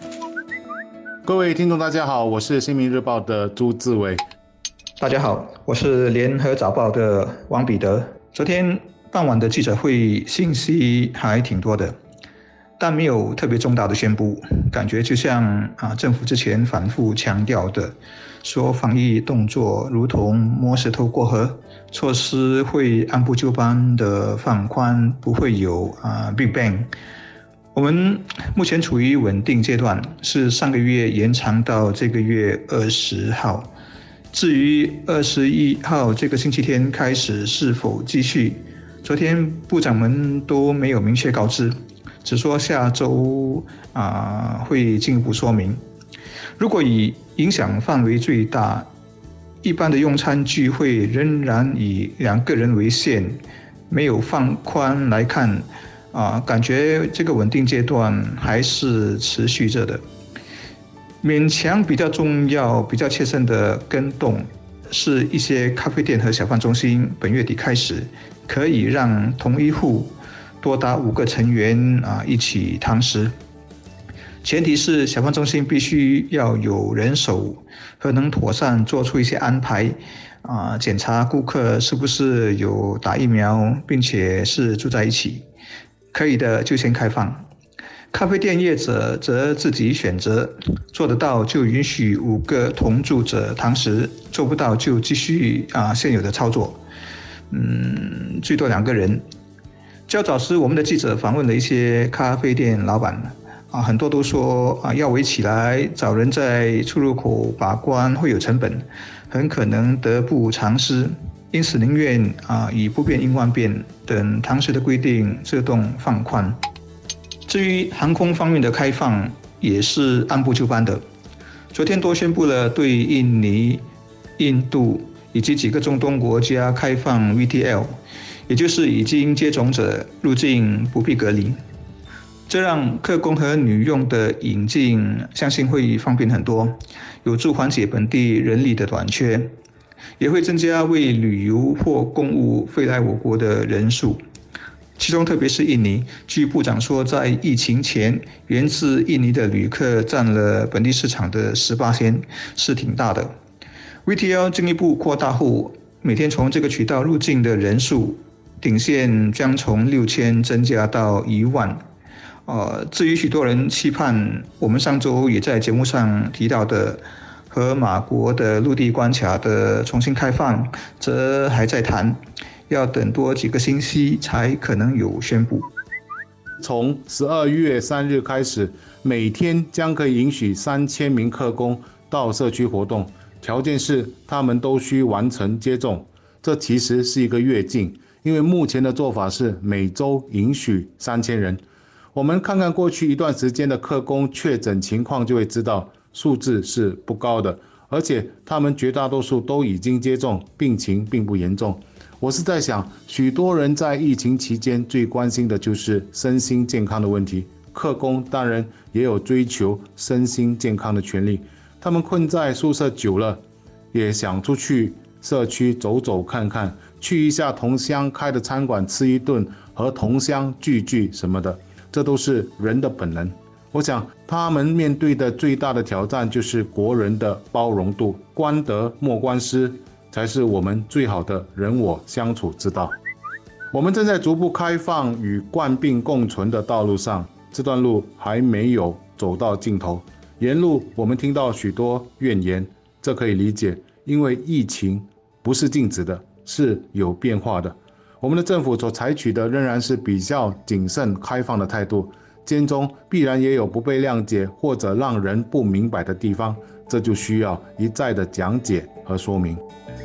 各位听众大家好，我是新民日报的朱志伟。 大家好，我是联合早报的王彼得。昨天傍晚的记者会信息还挺多的，但没有特别重大的宣布，感觉就像政府之前反复强调的，说防疫动作如同摸石头过河，措施会按部就班的放宽，不会有Big Bang。我们目前处于稳定阶段，是上个月延长到这个月20号。至于21号这个星期天开始是否继续，昨天部长们都没有明确告知，只说下周会进一步说明。如果以影响范围最大，一般的用餐聚会仍然以2个人为限，没有放宽来看，感觉这个稳定阶段还是持续着的。勉强比较重要、比较切身的更动，是一些咖啡店和小贩中心本月底开始可以让同一户多达5个成员一起堂食，前提是小贩中心必须要有人手和能妥善做出一些安排，检查顾客是不是有打疫苗，并且是住在一起，可以的就先开放。咖啡店业者则自己选择，做得到就允许5个同住者堂食，做不到就继续现有的操作，最多2个人。较早时我们的记者访问了一些咖啡店老板，很多都说要围起来，找人在出入口把关会有成本，很可能得不偿失，因此宁愿以不变应万变，等堂食的规定自动放宽。至于航空方面的开放，也是按部就班的。昨天多宣布了对印尼、印度以及几个中东国家开放 VTL， 也就是已经接种者入境不必隔离。这让客工和女佣的引进相信会方便很多，有助缓解本地人力的短缺，也会增加为旅游或公务飞来我国的人数。其中特别是印尼，据部长说，在疫情前，源自印尼的旅客占了本地市场的18%，是挺大的。VTL 进一步扩大后，每天从这个渠道入境的人数顶线将从6000增加到1万。至于许多人期盼我们上周也在节目上提到的和马国的陆地关卡的重新开放，则还在谈。要等多几个星期才可能有宣布。 从12月3日开始，每天将可以允许3000名客工到社区活动，条件是他们都需完成接种。这其实是一个跃进，因为目前的做法是每周允许3000人。我们看看过去一段时间的客工确诊情况，就会知道数字是不高的，而且他们绝大多数都已经接种，病情并不严重。我是在想，许多人在疫情期间最关心的就是身心健康的问题，客工当然也有追求身心健康的权利。他们困在宿舍久了，也想出去社区走走看看，去一下同乡开的餐馆吃一顿，和同乡聚聚什么的，这都是人的本能。我想他们面对的最大的挑战就是国人的包容度，官德莫关失才是我们最好的人我相处之道。我们正在逐步开放与冠病共存的道路上，这段路还没有走到尽头。沿路我们听到许多怨言，这可以理解，因为疫情不是静止的，是有变化的。我们的政府所采取的仍然是比较谨慎开放的态度，间中必然也有不被谅解或者让人不明白的地方，这就需要一再的讲解和说明。